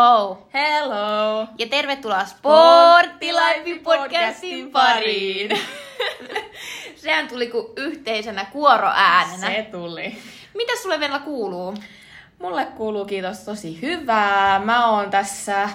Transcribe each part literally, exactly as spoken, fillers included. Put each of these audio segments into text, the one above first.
Hello! Hello! Ja tervetuloa Sporttilife-podcastin pariin! Sehän tuli kuin yhteisenä kuoroäänenä. Se tuli. Mitäs sulle vielä kuuluu? Mulle kuuluu kiitos tosi hyvää. Mä oon tässä...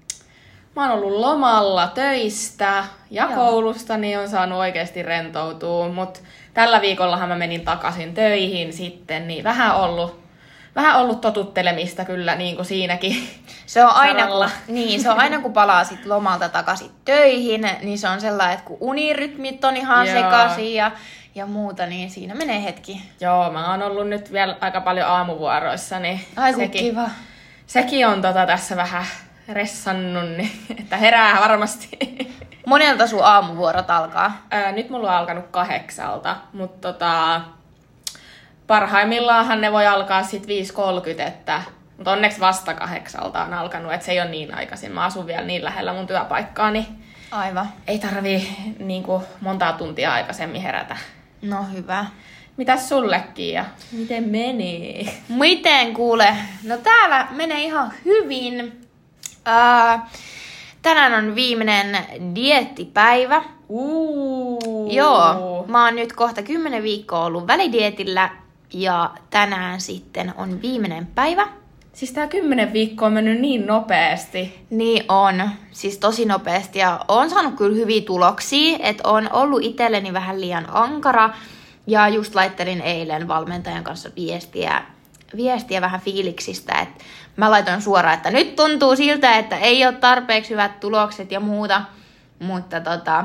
Mä oon ollut lomalla töistä ja Joo. koulusta, niin on saanut oikeasti rentoutua. Mut tällä viikollahan mä menin takaisin töihin sitten, niin vähän ollut... Vähän ollut totuttelemista kyllä niin kuin siinäkin. Se on aina, kun, saralla. niin, se on aina kun palaa sit lomalta takaisin töihin, niin se on sellainen, että kun unirytmit on ihan Joo. sekaisin ja, ja muuta, niin siinä menee hetki. Joo, mä oon ollut nyt vielä aika paljon aamuvuoroissa, niin Ai kun sekin, kiva. sekin on tota tässä vähän ressannut, niin, että herää varmasti. Monelta sun aamuvuorot alkaa? Ää, nyt mulla on alkanut kahdeksalta, mutta tota, parhaimmillaanhan ne voi alkaa sit viisi kolmekymmentä, että, mutta onneksi vasta kahdeksalta on alkanut, että se ei ole niin aikaisin. Mä asun vielä niin lähellä mun työpaikkaa, niin Aivan. ei tarvii niin kuin, montaa tuntia aikaisemmin herätä. No hyvä. Mitäs sullekin ja miten meni? Miten kuule? No täällä menee ihan hyvin. Ää, tänään on viimeinen dieettipäivä. Uh. Joo, mä oon nyt kohta kymmenen viikkoa ollut välidietillä ja tänään sitten on viimeinen päivä. Siis tää kymmenen viikkoa on mennyt niin nopeasti. Niin on, siis tosi nopeasti ja oon saanut kyllä hyviä tuloksia, että on ollut itselleni vähän liian ankara ja just laittelin eilen valmentajan kanssa viestiä, viestiä vähän fiiliksistä, että mä laitoin suoraan, että nyt tuntuu siltä, että ei ole tarpeeksi hyvät tulokset ja muuta, mutta tota,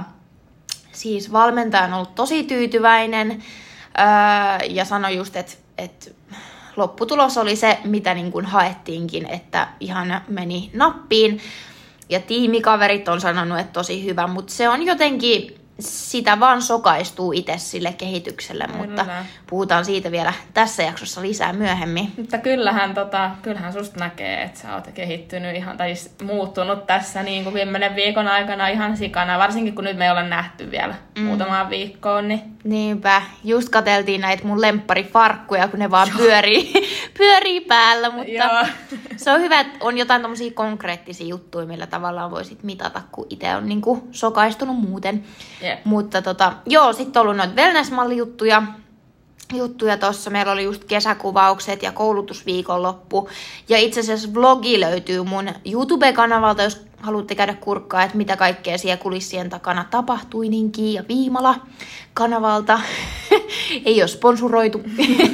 siis valmentaja on ollut tosi tyytyväinen öö, ja sanoi just, että, että lopputulos oli se, mitä niin kuin haettiinkin, että ihan meni nappiin. Ja tiimikaverit on sanonut, että tosi hyvä, mutta se on jotenkin, sitä vaan sokaistuu itse sille kehitykselle, Kyllä. mutta puhutaan siitä vielä tässä jaksossa lisää myöhemmin. Mutta kyllähän, tota, kyllähän susta näkee, että sä oot kehittynyt ihan, tai siis muuttunut tässä niin kuin kymmenen viikon aikana ihan sikana, varsinkin kun nyt me ei olla nähty vielä mm. muutamaan viikkoon. Niin... Niinpä, just katseltiin näitä mun lempparifarkkuja, kun ne vaan pyörii, pyörii päällä, mutta Joo. se on hyvä, että on jotain tommosia konkreettisia juttuja, millä tavallaan voisit mitata, kun itse on niinku sokaistunut muuten. Yep. Mutta tota, joo, sitten on ollut noita wellness-mallijuttuja. Juttuja tossa. Meillä oli just kesäkuvaukset ja koulutusviikonloppu. Ja itse asiassa vlogi löytyy mun YouTube-kanavalta, jos haluatte käydä kurkkaa, että mitä kaikkea siellä kulissien takana tapahtui, niin Kiia Viimala kanavalta. Ei ole sponsuroitu.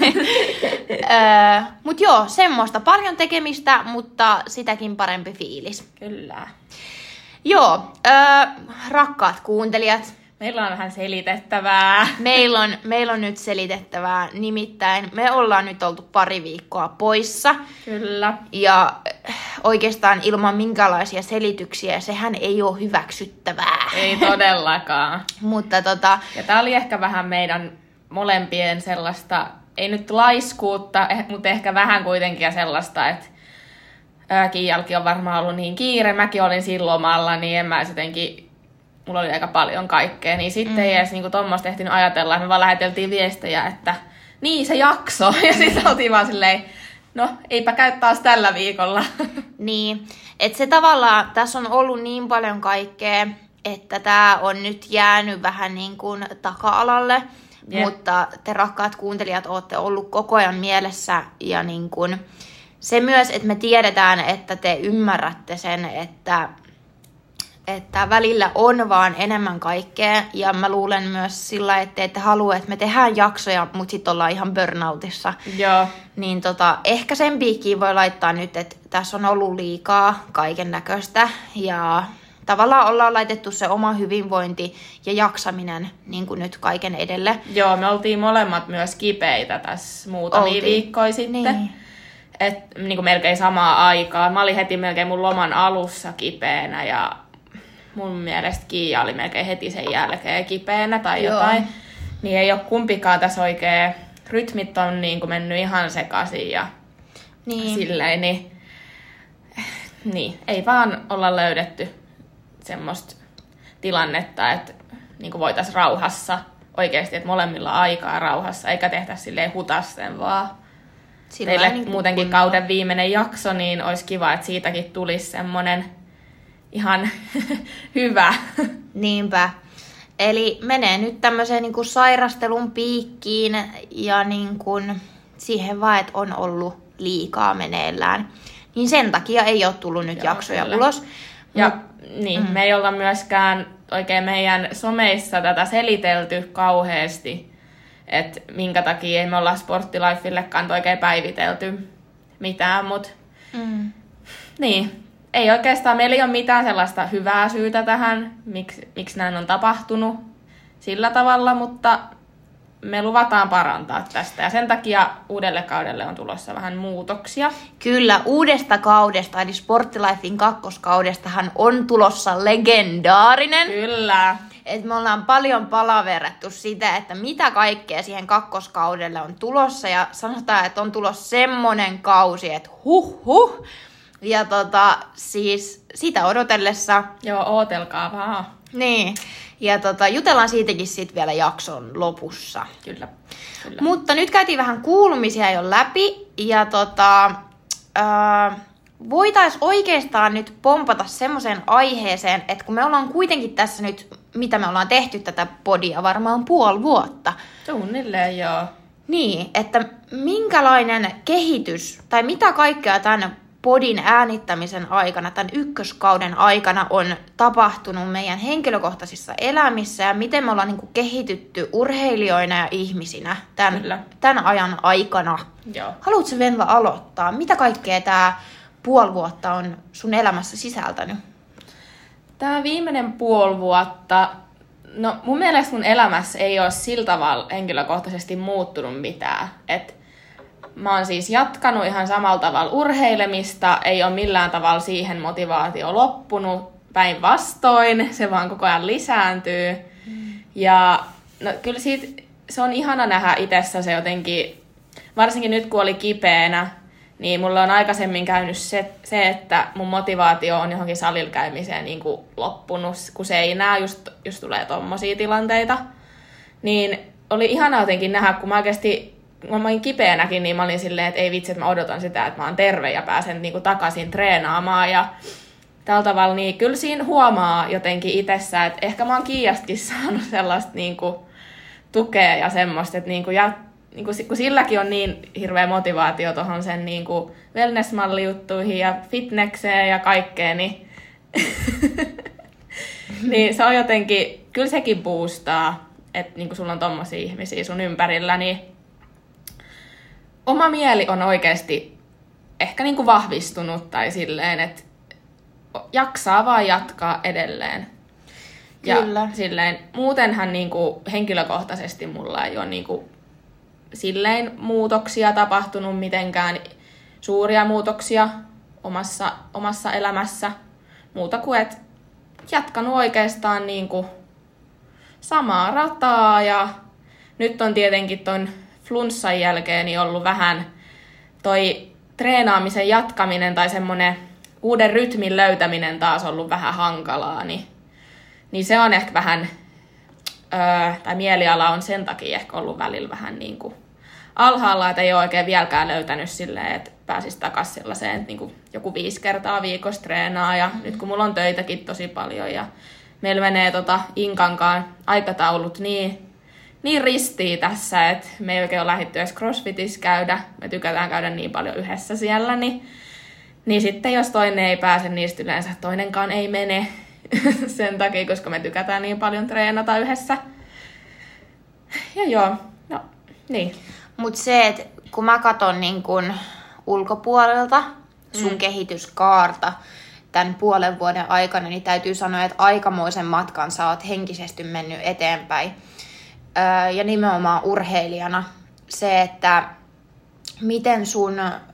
öö, mut joo, semmoista paljon tekemistä, mutta sitäkin parempi fiilis. Kyllä. Joo, öö, rakkaat kuuntelijat. Meillä on vähän selitettävää. Meillä on, meillä on nyt selitettävää, nimittäin me ollaan nyt oltu pari viikkoa poissa. Kyllä. Ja oikeastaan ilman minkälaisia selityksiä, sehän ei ole hyväksyttävää. Ei todellakaan. Mutta tota... Ja tää oli ehkä vähän meidän molempien sellaista, ei nyt laiskuutta, mutta ehkä vähän kuitenkin sellaista, että Kiialkin on varmaan ollut niin kiire, mäkin olin silloin lomalla, niin en mä jotenkin, mulla oli aika paljon kaikkea, niin sitten mm. ei edes niinku tommoista ehtinyt ajatella, että me vaan läheteltiin viestejä, että niin se jakso, ja sitten oltiin vaan silleen, no eipä käy taas tällä viikolla. Niin, että se tavallaan, tässä on ollut niin paljon kaikkea, että tää on nyt jäänyt vähän niin kuin taka-alalle, Jep. mutta te rakkaat kuuntelijat ootte ollut koko ajan mielessä ja niin kuin se myös, että me tiedetään, että te ymmärrätte sen, että, että välillä on vaan enemmän kaikkea. Ja mä luulen myös sillä, että te ette halua, että me tehdään jaksoja, mutta sitten ollaan ihan burnoutissa. Joo. Niin tota, ehkä sen piikkiin voi laittaa nyt, että tässä on ollut liikaa kaiken näköistä. Ja tavallaan ollaan laitettu se oma hyvinvointi ja jaksaminen niin kuin nyt kaiken edelle. Joo, me oltiin molemmat myös kipeitä tässä muutamia Oltiin. viikkoja sitten. Niin. Et, niin kuin melkein samaa aikaa. Mä olin heti melkein mun loman alussa kipeänä ja mun mielestä Kiia oli melkein heti sen jälkeen kipeänä tai Joo. jotain. Niin ei ole kumpikaan tässä oikein. Rytmit on niin kuin mennyt ihan sekaisin ja Niin. silleen. Niin, niin, ei vaan olla löydetty semmoista tilannetta, että niin kuin voitaisiin rauhassa oikeasti, että molemmilla aikaa rauhassa, eikä tehtä silleen hutasten vaan. teille niin muutenkin kun... kauden viimeinen jakso, niin olisi kiva, että siitäkin tulisi semmoinen ihan hyvä. Niinpä. Eli menee nyt tämmöiseen niin kuin sairastelun piikkiin ja niin kuin siihen vaan, että on ollut liikaa meneillään. Niin sen takia ei ole tullut nyt Joo, jaksoja kyllä. ulos. Ja Mut, niin, mm. me ei olla myöskään oikein meidän someissa tätä selitelty kauheasti, että minkä takia ei me olla Sporttilifeillekaan oikein päivitelty mitään, mutta mm. niin. Ei oikeastaan, meillä ei ole mitään sellaista hyvää syytä tähän, miksi, miksi näin on tapahtunut sillä tavalla, mutta me luvataan parantaa tästä ja sen takia uudelle kaudelle on tulossa vähän muutoksia. Kyllä, uudesta kaudesta, eli Sporttilifein kakkoskaudestahan on tulossa legendaarinen. Kyllä. Et me ollaan paljon palaverattu sitä, että mitä kaikkea siihen kakkoskaudelle on tulossa ja sanotaan, että on tulossa semmonen kausi, että huh huh. Ja tota, siis sitä odotellessa... Joo, ootelkaa vaan. Niin, ja tota, jutellaan siitäkin sitten vielä jakson lopussa. Kyllä, kyllä. Mutta nyt käytiin vähän kuulumisia jo läpi, ja tota, ää, voitaisiin oikeastaan nyt pompata semmoiseen aiheeseen, että kun me ollaan kuitenkin tässä nyt, mitä me ollaan tehty tätä podia varmaan puoli vuotta. Suunnilleen, joo. Niin, että minkälainen kehitys, tai mitä kaikkea tämän podin äänittämisen aikana, tämän ykköskauden aikana on tapahtunut meidän henkilökohtaisissa elämissä ja miten me ollaan niin kuin kehitytty urheilijoina ja ihmisinä tämän, tämän ajan aikana. Joo. Haluatko Venla aloittaa? Mitä kaikkea tämä puoli vuotta on sun elämässä sisältänyt? Tämä viimeinen puoli vuotta, no mun mielestä mun elämässä ei ole sillä tavalla henkilökohtaisesti muuttunut mitään, että mä oon siis jatkanut ihan samalla tavalla urheilemista, ei ole millään tavalla siihen motivaatio loppunut, päinvastoin, se vaan koko ajan lisääntyy. Mm. Ja no, kyllä siitä, se on ihana nähdä itsessä se jotenkin, varsinkin nyt kun oli kipeänä, niin mulla on aikaisemmin käynyt se, se että mun motivaatio on johonkin salilla käymiseen niin kuin loppunut, kun se ei näe, just, just tulee tommosia tilanteita. Niin oli ihana jotenkin nähdä, kun mä oikeasti kun mä olin kipeänäkin, niin mä olin silleen, että ei vitsi, että mä odotan sitä, että mä oon terve ja pääsen niin kuin takaisin treenaamaan. Ja tällä tavalla, niin kyllä siinä huomaa jotenkin itsessä, että ehkä mä oon Kiiastakin saanut sellaista niin kuin tukea ja semmoista, että niin kuin, ja, niin kuin, kun silläkin on niin hirveä motivaatio tuohon sen niin kuin wellness-mallijuttuihin ja fitnekseen ja kaikkeen, niin, niin se on jotenkin, kyllä sekin boostaa, että niin kuin sulla on tommosia ihmisiä sun ympärillä, niin oma mieli on oikeasti ehkä niin kuin vahvistunut tai silleen, että jaksaa vaan jatkaa edelleen. Kyllä. Ja silleen, muutenhan niin kuin henkilökohtaisesti mulla ei ole niin kuin silleen muutoksia tapahtunut mitenkään, suuria muutoksia omassa, omassa elämässä. Muuta kuin, että jatkanut oikeastaan niin kuin samaa rataa ja nyt on tietenkin ton flunssan jälkeen niin ollut vähän toi treenaamisen jatkaminen tai semmoinen uuden rytmin löytäminen taas ollut vähän hankalaa, niin, niin se on ehkä vähän, öö, tai mieliala on sen takia ehkä ollut välillä vähän niin kuin alhaalla, että ei ole oikein vieläkään löytänyt silleen, että pääsisi takaisin sellaiseen, että niin kuin joku viisi kertaa viikossa treenaa ja mm-hmm. nyt kun mulla on töitäkin tosi paljon ja meillä menee tota Inkankaan aikataulut niin niin ristiin tässä, että me ei oikein ole lähdetty edes CrossFitissä käydä. Me tykätään käydä niin paljon yhdessä siellä, niin, niin sitten jos toinen ei pääse, niin yleensä toinenkaan ei mene sen takia, koska me tykätään niin paljon treenata yhdessä. Ja joo, no niin. Mutta se, että kun mä katson niin kun ulkopuolelta sun mm. kehityskaarta tämän puolen vuoden aikana, niin täytyy sanoa, että aikamoisen matkan sä oot henkisesti mennyt eteenpäin. Ja nimenomaan urheilijana se, että miten sun,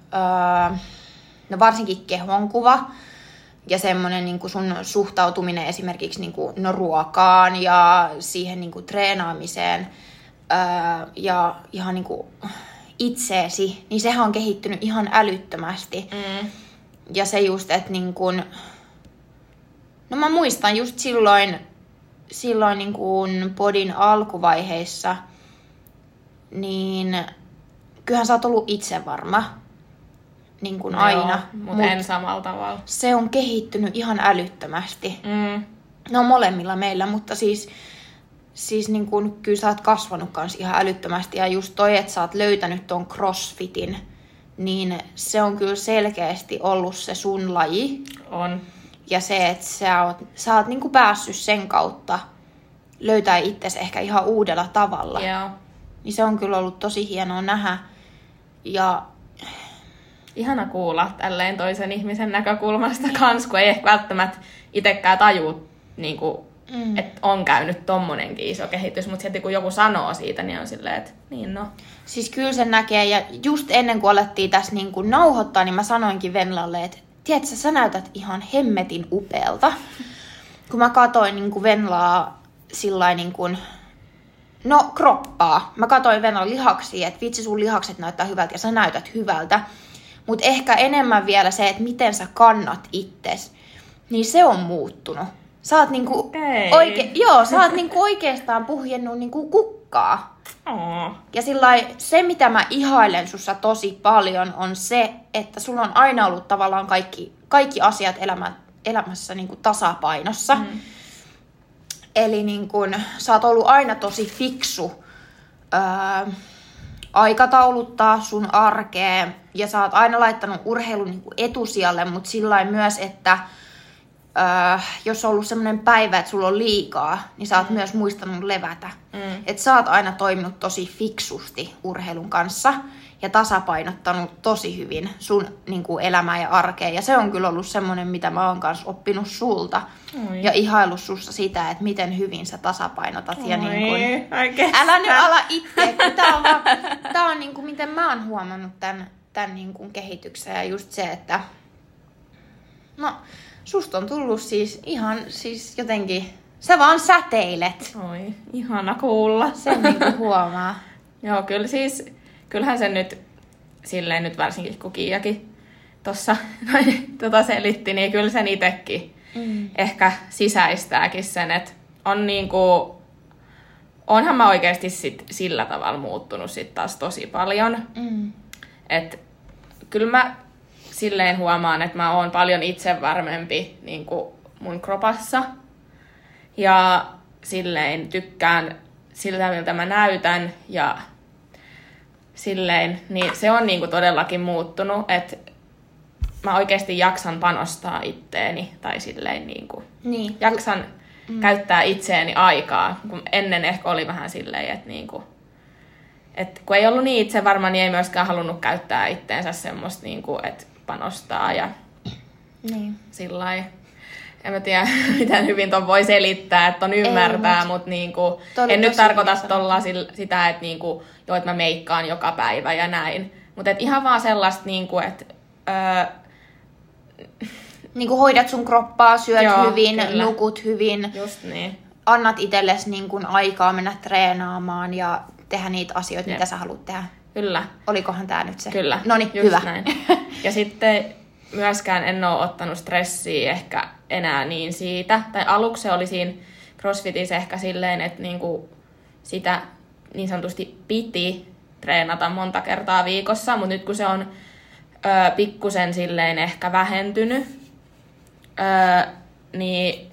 no varsinkin kehonkuva ja semmoinen niin kuin sun suhtautuminen esimerkiksi niin kuin, no, ruokaan ja siihen niin kuin treenaamiseen ja ihan niin kuin itseesi, niin sehän on kehittynyt ihan älyttömästi. Mm. Ja se just, että niin kuin, no mä muistan just silloin, silloin niin kuin podin alkuvaiheissa, niin kyllähän sä oot ollut itsevarma. Niin kuin No aina. joo, mut Mut en samalla tavalla. se on kehittynyt ihan älyttömästi. Mm. No molemmilla meillä, mutta siis, siis niin kun, kyllä sä oot kasvanut kans ihan älyttömästi. Ja just toi, että sä oot löytänyt ton crossfitin, niin se on kyllä selkeästi ollut se sun laji. On. Ja se, että sä oot, sä oot niin kuin päässyt sen kautta löytää itsesi ehkä ihan uudella tavalla. Joo. Niin se on kyllä ollut tosi hienoa nähdä. Ja Ihana kuulla tälleen toisen ihmisen näkökulmasta kans, kun ei ehkä välttämättä itsekään tajuu, niin kuin, mm. että on käynyt tommonenkin iso kehitys, mutta heti kun joku sanoo siitä, niin on silleen, että niin no. siis kyllä sen näkee, ja just ennen kuin alettiin tässä niin kuin nauhoittaa, niin mä sanoinkin Venlalle, että tiedätkö, sä näytät ihan hemmetin upealta. Kun mä katoin niin kuin Venlaa sillain niin kuin, no kroppaa. Mä katoin Venlan lihaksia, että vitsi sun lihakset näyttää hyvältä ja sä näytät hyvältä. Mutta ehkä enemmän vielä se, että miten sä kannat itses, niin se on muuttunut. Sä oot niinku, Okei. oike- joo, sä oot niinku oikeastaan puhjennut niinku kukkaa. Oh. Ja sillai, se, mitä mä ihailen sussa tosi paljon, on se, että sulla on aina ollut tavallaan kaikki, kaikki asiat elämä, elämässä niinku tasapainossa. Mm. Eli niinku, sä oot ollut aina tosi fiksu öö, aikatauluttaa sun arkea. Ja sä oot aina laittanut urheilun niinku etusijalle, mutta sillai myös, että öö, jos on ollut semmoinen päivä, että sulla on liikaa, niin sä oot mm. myös muistanut levätä. Mm. Että sä oot aina toiminut tosi fiksusti urheilun kanssa ja tasapainottanut tosi hyvin sun niin kuin, elämää ja arkea. Ja se on kyllä ollut semmoinen, mitä mä oon kanssa oppinut sulta. Oi. Ja ihaillut sussa sitä, että miten hyvin sä tasapainotat. Oi, ja niin kuin, älä nyt ala itse, kun tää on, vaan, tää on niin kuin, miten mä oon huomannut tämän, tämän niin kuin, kehityksen. Ja just se, että no, susta on tullut siis ihan siis jotenkin, sä vaan säteilet. Oi, ihana kuulla. Sen niinku huomaa. Joo, kyllä siis, kyllähän se nyt, silleen nyt varsinkin kun Kiiakin tossa noin, tota selitti, niin kyllä sen itsekin mm. ehkä sisäistääkin sen, että on niinku, onhan mä oikeasti sit sillä tavalla muuttunut sit taas tosi paljon. Mm. Että kyllä mä silleen huomaan, että mä oon paljon itsevarmempi niin kuin mun kropassa. Ja silleen tykkään siltä, miltä mä näytän. Ja silleen, niin se on niin kuin todellakin muuttunut, että mä oikeasti jaksan panostaa itteeni. Tai silleen niin kuin niin. jaksan mm. käyttää itseeni aikaa. Kun ennen ehkä oli vähän silleen, että niin kuin, että kun ei ollut niin itsevarma, niin ei myöskään halunnut käyttää itteensä semmoista, niin kuin, että panostaa ja niin. Sillai. En mä tiedä, miten hyvin ton voi selittää, että ton ymmärtää, Ei, mutta niinku, en nyt tarkoita tolla sitä, että niinku, joo, et mä meikkaan joka päivä ja näin. Mutta ihan vaan sellaista, niinku, että öö, niinku hoidat sun kroppaa, syöt joo, hyvin, kyllä. Nukut hyvin. Just niin. Annat itsellesi niinku aikaa mennä treenaamaan ja tehdä niitä asioita, Jep. mitä sä haluat tehdä. Kyllä. Olikohan tää nyt se? Kyllä. Noniin, hyvä. Näin. Ja sitten myöskään en ole ottanut stressiä ehkä enää niin siitä. Tai aluksi se oli siinä CrossFitissä ehkä silleen, että niinku sitä niin sanotusti piti treenata monta kertaa viikossa, mutta nyt kun se on ö, pikkusen silleen ehkä vähentynyt, ö, niin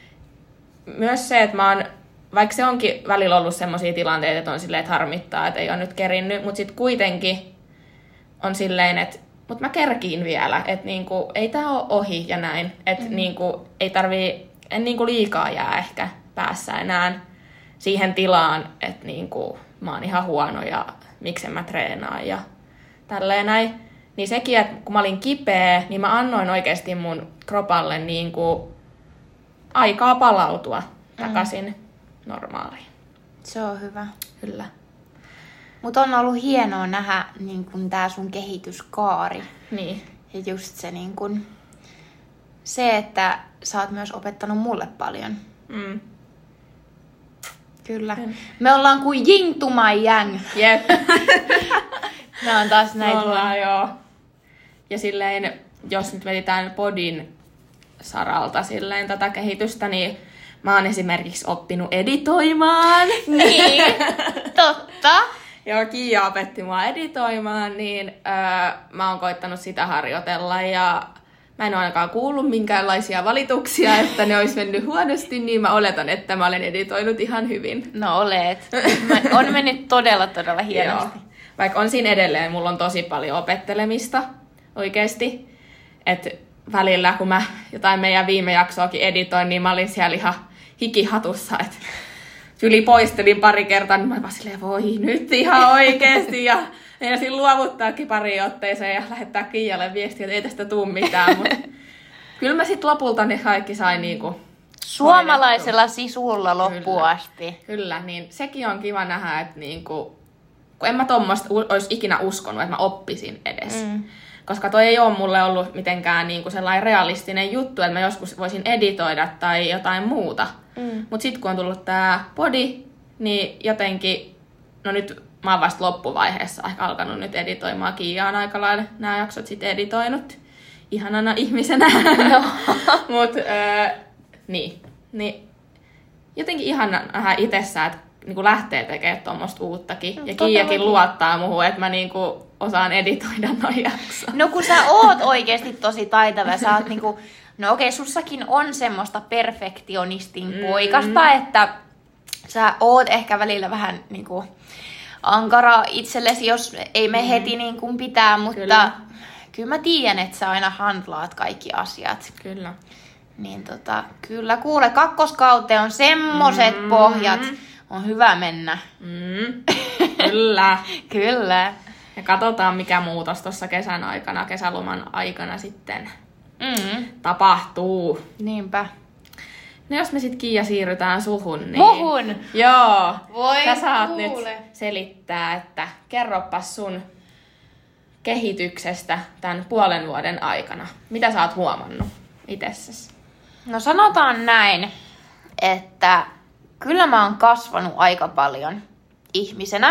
myös se, että mä oon, vaikka se onkin välillä ollut semmoisia tilanteita, että on silleen, että harmittaa, että ei ole nyt kerinnyt, mutta sitten kuitenkin on silleen, että mutta mä kerkiin vielä, että niinku, ei tää ole ohi ja näin. Että mm-hmm. niinku, ei tarvii, en niinku liikaa jää ehkä päässä enää siihen tilaan, että niinku, mä oon ihan huono ja miksen mä treenaan ja tälleen näin. Niin sekin, että kun mä olin kipeä, niin mä annoin oikeasti mun kropalle niinku aikaa palautua takaisin mm-hmm. normaaliin. Se on hyvä. Kyllä. Mutta on ollut hienoa nähdä niin kun tää sun kehityskaari. Niin. Ja just se, niin kun, se, että sä oot myös opettanut mulle paljon. Mm. Kyllä. Mm. Me ollaan kuin Ying to my Yang. Jep. Me on taas näitä. Ollaan, joo. Ja silleen, jos nyt veditään podin saralta silleen tätä kehitystä, niin mä oon esimerkiksi oppinut editoimaan. Niin, totta. Joo, Kiia opetti mua editoimaan, niin öö, mä oon koittanut sitä harjoitella ja mä en ole ainakaan kuullut minkäänlaisia valituksia, että ne olisi mennyt huonosti, niin mä oletan, että mä olen editoinut ihan hyvin. No olet. On mennyt todella, todella hienosti. Joo. Vaikka on siinä edelleen, mulla on tosi paljon opettelemista oikeasti. Että välillä, kun mä jotain meidän viime jaksoakin editoin, niin mä olin siellä ihan hikihatussa, että yli poistelin pari kertaa, niin mä vaan silleen, voi nyt ihan oikeesti. Ja meinasin luovuttaakin pari otteeseen ja lähettää Kiialle viestiä, että ei tästä tule mitään. Mutta kyllä mä sitten lopulta ne kaikki sain niinku suomalaisella hoidettu. Sisulla loppuun asti. Kyllä, niin sekin on kiva nähdä, että niinku, kun en mä tommoista olisi ikinä uskonut, että mä oppisin edes. Mm. Koska toi ei ole mulle ollut mitenkään niinku sellainen realistinen juttu, että mä joskus voisin editoida tai jotain muuta. Mm. Mutta sitten kun on tullut tää podi, niin jotenkin, no nyt mä oon vasta loppuvaiheessa ehkä alkanut nyt editoimaan. Kiia on aika lailla nämä jaksot sitten editoinut ihanana ihmisenä. No. Mut öö, niin, niin jotenkin ihana nähdä itsessään, että niinku lähtee tekemään tuommoista uuttakin. No, ja Kiiakin luottaa muuhun, että mä niinku osaan editoida noin jaksot. No kun sä oot oikeesti tosi taitava, sä oot niinku, no okei, sussakin on semmoista perfektionistin poikasta, mm. että sä oot ehkä välillä vähän niinku ankara itsellesi, jos ei me mm. heti niin kuin pitää, mutta kyllä, kyllä mä tiedän, että sä aina handlaat kaikki asiat. Kyllä. Niin tota, kyllä kuule, kakkoskauteen on semmoset mm. pohjat, on hyvä mennä. Mm. Kyllä. Kyllä. Ja katsotaan, mikä muutos tuossa kesän aikana, kesäloman aikana sitten mm. tapahtuu. Niinpä. No jos me sit Kiia siirrytään suhun, niin... Muhun? Joo. Voi sä saat kuule. nyt selittää, että kerropas sun kehityksestä tämän puolen vuoden aikana. Mitä sä oot huomannut itsessäsi? No sanotaan näin, että kyllä mä oon kasvanut aika paljon ihmisenä.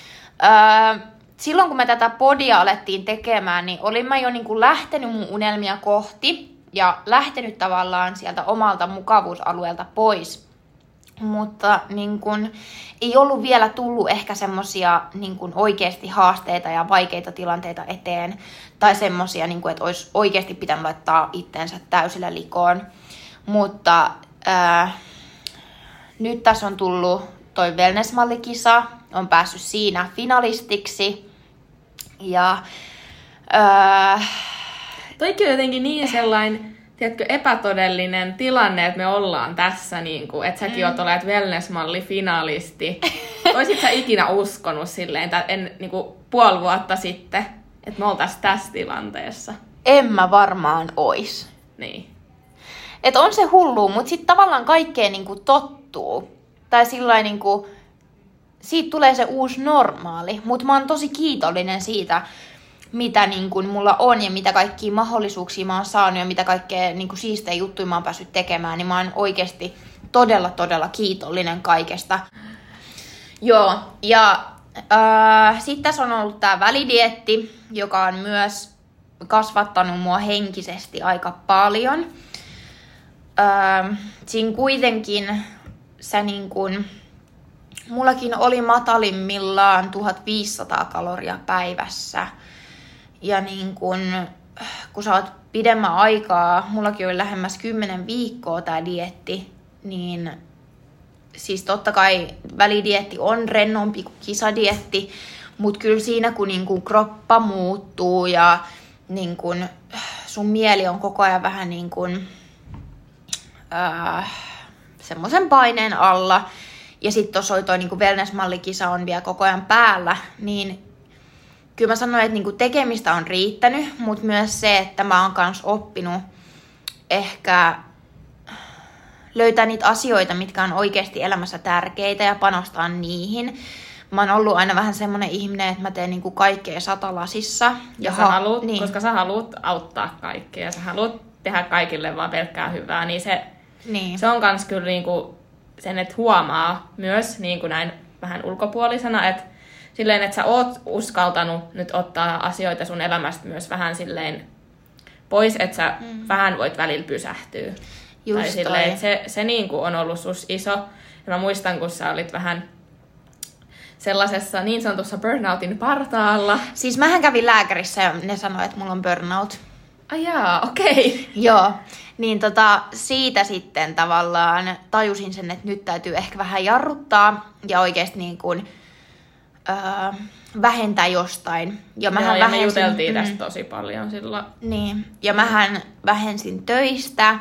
Öö, silloin kun me tätä podia alettiin tekemään, niin olin mä jo niin kuin lähtenyt mun unelmia kohti ja lähtenyt tavallaan sieltä omalta mukavuusalueelta pois. Mutta niin kun, ei ollut vielä tullut ehkä semmosia niin kun oikeasti haasteita ja vaikeita tilanteita eteen. Tai semmosia, niin kun, että olisi oikeasti pitänyt laittaa itsensä täysillä likoon. Mutta ää, nyt tässä on tullut toi wellness-mallikisa. On päässyt siinä finalistiksi. Ja... Ää, Toikin on jotenkin niin sellainen, tiedätkö, epätodellinen tilanne, että me ollaan tässä, niin kuin, että säkin mm. oot olleet wellness-malli-finalisti. Oisit sä ikinä uskonut silleen, en, niin kuin, puoli vuotta sitten, että me oltaisiin tässä tilanteessa? En mä varmaan ois. Niin. Et on se hullu, mutta sitten tavallaan kaikkeen niin kuin tottuu. Tai sillain niin kuin, siitä tulee se uusi normaali. Mutta mä oon tosi kiitollinen siitä, mitä niin kun mulla on ja mitä kaikkia mahdollisuuksia mä oon saanut ja mitä kaikkea niin kun siistejä juttuja mä oon päässyt tekemään, niin mä oon oikeasti todella, todella kiitollinen kaikesta. Joo, ja äh, sitten tässä on ollut tää välidieetti, joka on myös kasvattanut mua henkisesti aika paljon. Äh, siinä kuitenkin sä niin kun, mullakin oli matalimmillaan tuhatviisisataa kaloria päivässä. Ja niin kun, kun sä oot pidemmän aikaa, mullakin oli lähemmäs kymmenen viikkoa tää dieetti, niin siis totta kai välidieetti on rennompi kuin kisadieetti, mutta kyllä siinä kun niin kun kroppa muuttuu ja niin kun sun mieli on koko ajan vähän niin kun, äh, semmoisen paineen alla, ja sitten tuossa oli toi niin wellness-mallikisa on vielä koko ajan päällä, niin kyllä mä sanoin, että niinku tekemistä on riittänyt, mutta myös se, että mä oon kans oppinut ehkä löytää niitä asioita, mitkä on oikeasti elämässä tärkeitä ja panostaa niihin. Mä oon ollut aina vähän semmonen ihminen, että mä teen niinku kaikkea satalasissa. Ja, ja sä haluut, niin. Koska sä haluut auttaa kaikkea ja sä haluut tehdä kaikille vaan pelkkää hyvää, niin se, niin. se on kans kyllä niinku sen, että huomaa myös niinku näin vähän ulkopuolisena, että silleen, että sä oot uskaltanut nyt ottaa asioita sun elämästä myös vähän silleen pois, että sä mm. vähän voit välillä pysähtyä. Just tai silleen, se, se niin kuin on ollut sus iso. Ja mä muistan, kun sä olit vähän sellaisessa niin sanotussa burnoutin partaalla. Siis mähän kävin lääkärissä ja ne sanoi, että mulla on burnout. Ai jaa, okei. Okay. Joo, niin tota, siitä sitten tavallaan tajusin sen, että nyt täytyy ehkä vähän jarruttaa ja oikeasti niin kuin, öö, vähentää jostain. Ja, mähän Joo, ja vähensin, me juteltiin mm, tästä tosi paljon silloin. Niin, ja mähän vähensin töistä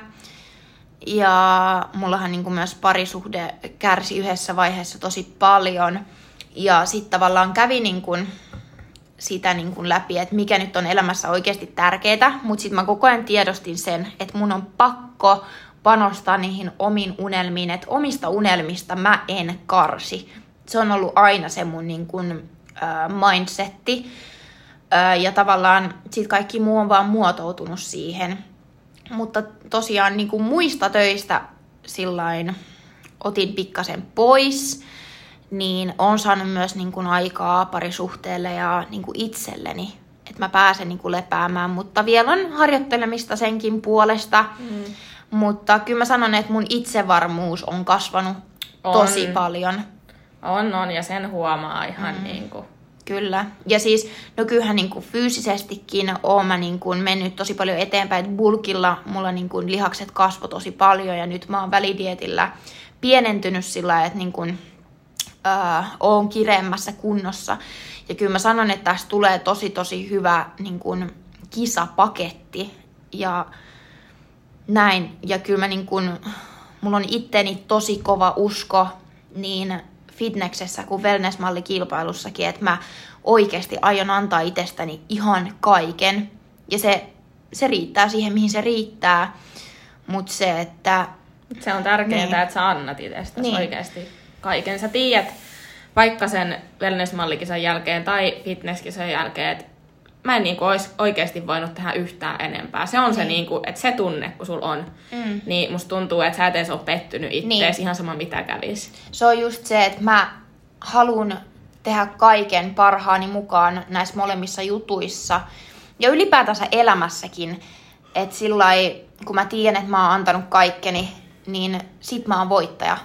ja mullahan niin kuin myös parisuhde kärsi yhdessä vaiheessa tosi paljon. Ja sitten tavallaan kävi niin kuin sitä niin kuin läpi, että mikä nyt on elämässä oikeasti tärkeää, mutta sitten mä koko ajan tiedostin sen, että mun on pakko panostaa niihin omiin unelmiin, että omista unelmista mä en karsi. Se on ollut aina se mun niin kuin, äh, mindsetti, äh, ja tavallaan sit kaikki muu on vaan muotoutunut siihen. Mutta tosiaan niin kuin muista töistä sillain otin pikkasen pois, niin on saanut myös niin kuin aikaa parisuhteelle ja niin kuin itselleni, että mä pääsen niin kuin lepäämään, mutta vielä on harjoittelemista senkin puolesta, mm. mutta kyllä mä sanon, että mun itsevarmuus on kasvanut on. tosi paljon. On, on, ja sen huomaa ihan mm. niin kuin. Kyllä, ja siis no kyllähän niin kuin fyysisestikin oon mä niin kuin mennyt tosi paljon eteenpäin, että bulkilla mulla niin kuin lihakset kasvoi tosi paljon, ja nyt mä oon välidietillä pienentynyt sillä lailla, että niin kuin Öö, oon kireemmässä kunnossa. Ja kyllä mä sanon, että tästä tulee tosi tosi hyvä niin kun, kisapaketti. Ja näin. Ja kyllä mä niin kun, mulla on itteni tosi kova usko niin fitneksessä kuin wellness-mallikilpailussakin, että mä oikeasti aion antaa itsestäni ihan kaiken. Ja se, se riittää siihen, mihin se riittää. Mutta se, että se on tärkeintä, niin. että sä annat itsestäsi niin. oikeasti kaiken. Sä tiedät vaikka sen wellness-mallikisan jälkeen tai fitnesskisan jälkeen, että mä en niinku ois oikeasti voinut tehdä yhtään enempää. Se on niin. se, niinku, että se tunne, kun sulla on, mm. niin musta tuntuu, että sä et edes ole pettynyt ittees niin. ihan sama mitä kävisi. Se on just se, että mä haluan tehdä kaiken parhaani mukaan näissä molemmissa jutuissa ja ylipäätänsä elämässäkin, että sillai, kun mä tiedän, että mä oon antanut kaikkeni, niin sit mä oon voittaja.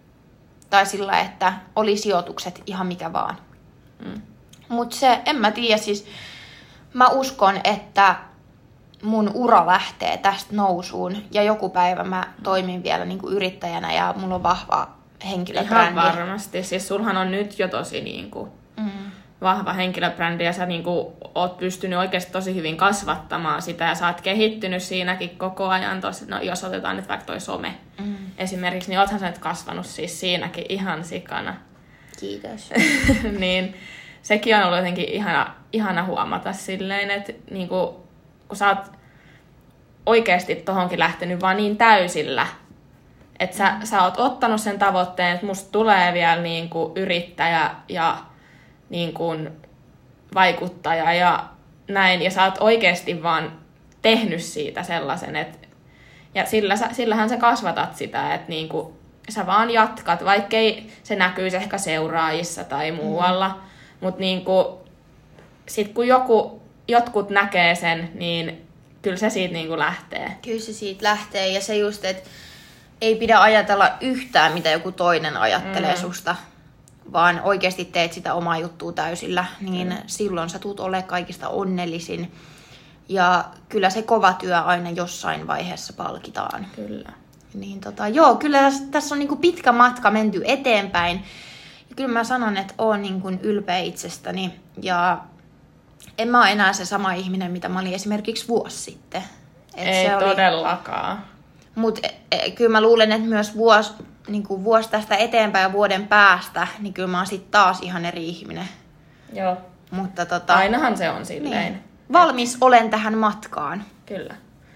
Tai sillä, että oli sijoitukset ihan mikä vaan. Mm. Mutta se, en mä tiedä, siis mä uskon, että mun ura lähtee tästä nousuun. Ja joku päivä mä toimin vielä niinku yrittäjänä ja mulla on vahva henkilöbrändi. Ihan varmasti. Siis sulhan on nyt jo tosi niinku mm. vahva henkilöbrändi ja sä niinku oot pystynyt oikeasti tosi hyvin kasvattamaan sitä ja sä oot kehittynyt siinäkin koko ajan. Tosi, no, jos otetaan nyt vaikka toi some mm. esimerkiksi, niin oothan sä nyt kasvanut siis siinäkin ihan sikana. Kiitos. Niin sekin on ollut jotenkin ihana, ihana huomata silleen, että niinku, kun sä oot oikeasti tohonkin lähtenyt vaan niin täysillä, että sä, mm. sä oot ottanut sen tavoitteen, että musta tulee vielä niinku yrittäjä ja niin kuin vaikuttaja ja näin, ja sä oot oikeasti vaan tehnyt siitä sellaisen, että ja sillä, sillähän sä kasvatat sitä, että niin kuin sä vaan jatkat, vaikkei se näkyisi ehkä seuraajissa tai muualla, mm. mutta niin kuin sit kun joku, jotkut näkee sen, niin kyllä se siitä niin kuin lähtee. Kyllä se siitä lähtee, ja se just, että ei pidä ajatella yhtään, mitä joku toinen ajattelee mm. susta, vaan oikeasti teet sitä omaa juttua täysillä, niin mm. silloin sä tuut olemaan kaikista onnellisin. Ja kyllä se kova työ aina jossain vaiheessa palkitaan. Kyllä. Niin tota, joo, kyllä tässä, tässä on niinku pitkä matka menty eteenpäin. Ja kyllä mä sanon, että oon niinku ylpeä itsestäni. Ja en mä ole enää se sama ihminen, mitä mä olin esimerkiksi vuosi sitten. Et Ei se todellakaan. Mutta kyllä mä luulen, että myös vuosi, niin kuin vuosi tästä eteenpäin ja vuoden päästä, niin kyllä mä oon sit taas ihan eri ihminen. Joo. Mutta tota, ainahan se on silleen. Niin. Valmis et... olen tähän matkaan. Kyllä.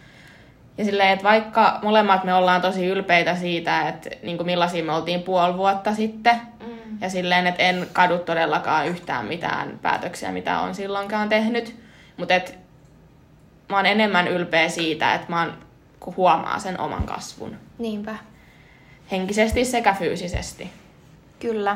Ja silleen, että vaikka molemmat me ollaan tosi ylpeitä siitä, että niin kuin millaisia me oltiin puoli vuotta sitten. Mm. Ja silleen, että en kadu todellakaan yhtään mitään päätöksiä, mitä on silloinkaan tehnyt. Mutta et mä oon enemmän ylpeä siitä, että mä oon, kun huomaa sen oman kasvun. Niinpä. Henkisesti sekä fyysisesti. Kyllä.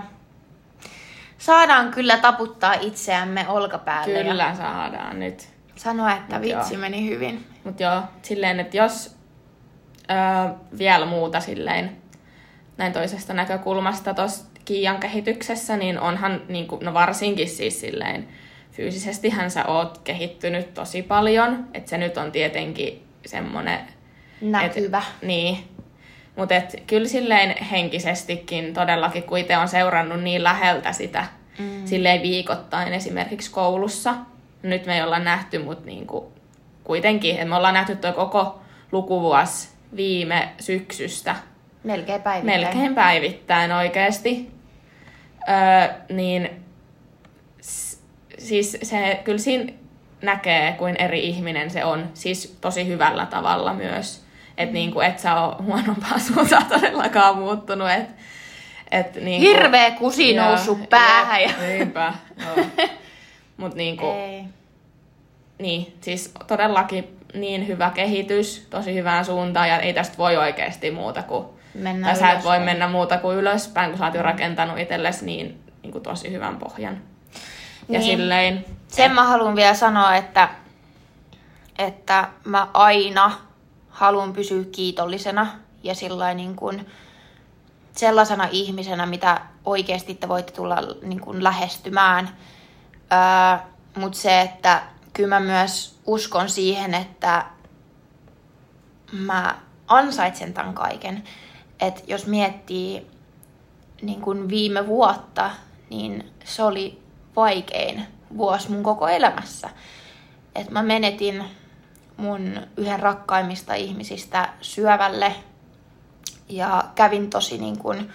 Saadaan kyllä taputtaa itseämme olkapäälle. Kyllä ja saadaan nyt. Sanoa, että Mut vitsi joo. meni hyvin. Mutta joo, silleen, että jos öö, vielä muuta silleen, näin toisesta näkökulmasta, tos Kiian kehityksessä, niin onhan, niin kuin, no varsinkin siis silleen, fyysisestihän sä oot kehittynyt tosi paljon, että se nyt on tietenkin semmoinen... Näkyvä. Et, niin, mutta kyllä silleen henkisestikin todellakin, kun itse on seurannut niin läheltä sitä, mm. silleen viikoittain esimerkiksi koulussa. Nyt me ei olla nähty, mutta niinku, kuitenkin, että me ollaan nähty tuo koko lukuvuosi viime syksystä. Melkein päivittäin. Melkein päivittäin oikeasti. Öö, niin siis se, kyllä siinä näkee, kuin eri ihminen se on. Siis tosi hyvällä tavalla myös. Että mm. niinku, et sä oo huonompaa suuntaan todellakaan muuttunut. Et, et niinku, hirveä kusi noussut päähän. Ja, niinpä, joo. Mut niinku, niin, siis todellakin niin hyvä kehitys, tosi hyvään suuntaan. Ja ei tästä voi oikeasti muuta kuin... Tai sä et voi mennä muuta kuin ylöspäin, kun sä oot jo rakentanut itsellesi niin, niin kuin tosi hyvän pohjan. Ja niin. silleen, sen et... mä haluan vielä sanoa, että, että mä aina haluan pysyä kiitollisena ja sillain niin kuin sellaisena ihmisenä, mitä oikeasti te voitte tulla niin kuin lähestymään. Öö, Mutta se, että kyllä mä myös uskon siihen, että mä ansaitsen tämän kaiken. Että jos miettii niin kuin viime vuotta, niin se oli vaikein vuosi mun koko elämässä. Et mä menetin mun yhden rakkaimmista ihmisistä syövälle ja kävin tosi niin kuin,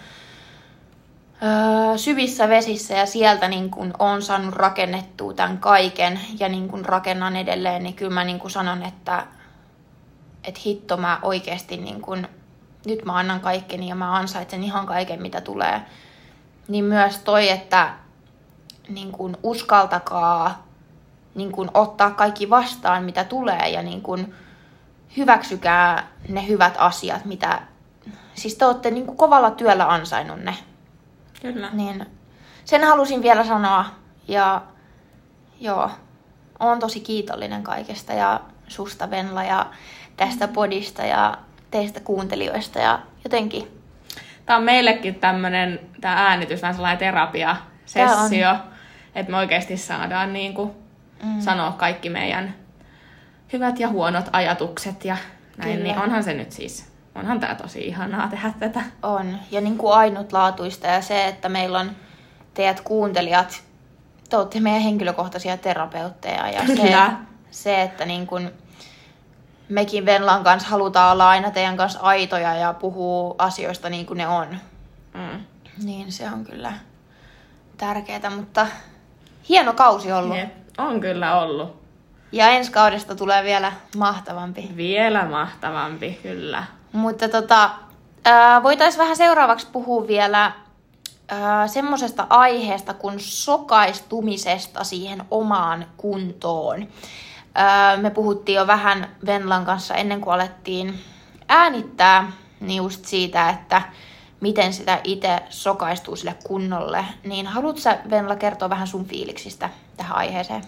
öö, syvissä vesissä ja sieltä niin kuin on saanut rakennettua tämän kaiken ja niin kuin rakennan edelleen, niin kyllä mä niin kuin sanon, että et hitto mä oikeasti niin kuin, nyt mä annan kaikkeni ja mä ansaitsen ihan kaiken, mitä tulee. Niin myös toi, että niin kun uskaltakaa niin kun ottaa kaikki vastaan, mitä tulee. Ja niin kun hyväksykää ne hyvät asiat, mitä... Siis te olette niin kun kovalla työllä ansainnut ne. Kyllä. Niin sen halusin vielä sanoa. Ja joo, oon tosi kiitollinen kaikesta. Ja susta, Venla, ja tästä podista ja teistä kuuntelijoista ja jotenkin. Tämä on meillekin tämmöinen, tämä äänitys, vähän sellainen terapiasessio, että me oikeasti saadaan niin kuin mm. sanoa kaikki meidän hyvät ja huonot ajatukset ja näin, kyllä. Niin onhan se nyt siis, onhan tämä tosi ihanaa tehdä tätä. On, ja niin kuin ainutlaatuista ja se, että meillä on teidät kuuntelijat, te olette meidän henkilökohtaisia terapeutteja ja se, se, että niin kuin mekin Venlan kanssa halutaan olla aina teidän kanssa aitoja ja puhua asioista niin kuin ne on. Mm. Niin se on kyllä tärkeää, mutta hieno kausi ollut. Jep, on kyllä ollut. Ja ensi kaudesta tulee vielä mahtavampi. Vielä mahtavampi, kyllä. Mutta tota, äh, voitaisiin vähän seuraavaksi puhua vielä äh, semmoisesta aiheesta kuin sokaistumisesta siihen omaan kuntoon. Me puhuttiin jo vähän Venlan kanssa ennen kuin alettiin äänittää, niin just siitä, että miten sitä itse sokaistuu sille kunnolle. Niin haluatko sä, Venla, kertoa vähän sun fiiliksistä tähän aiheeseen?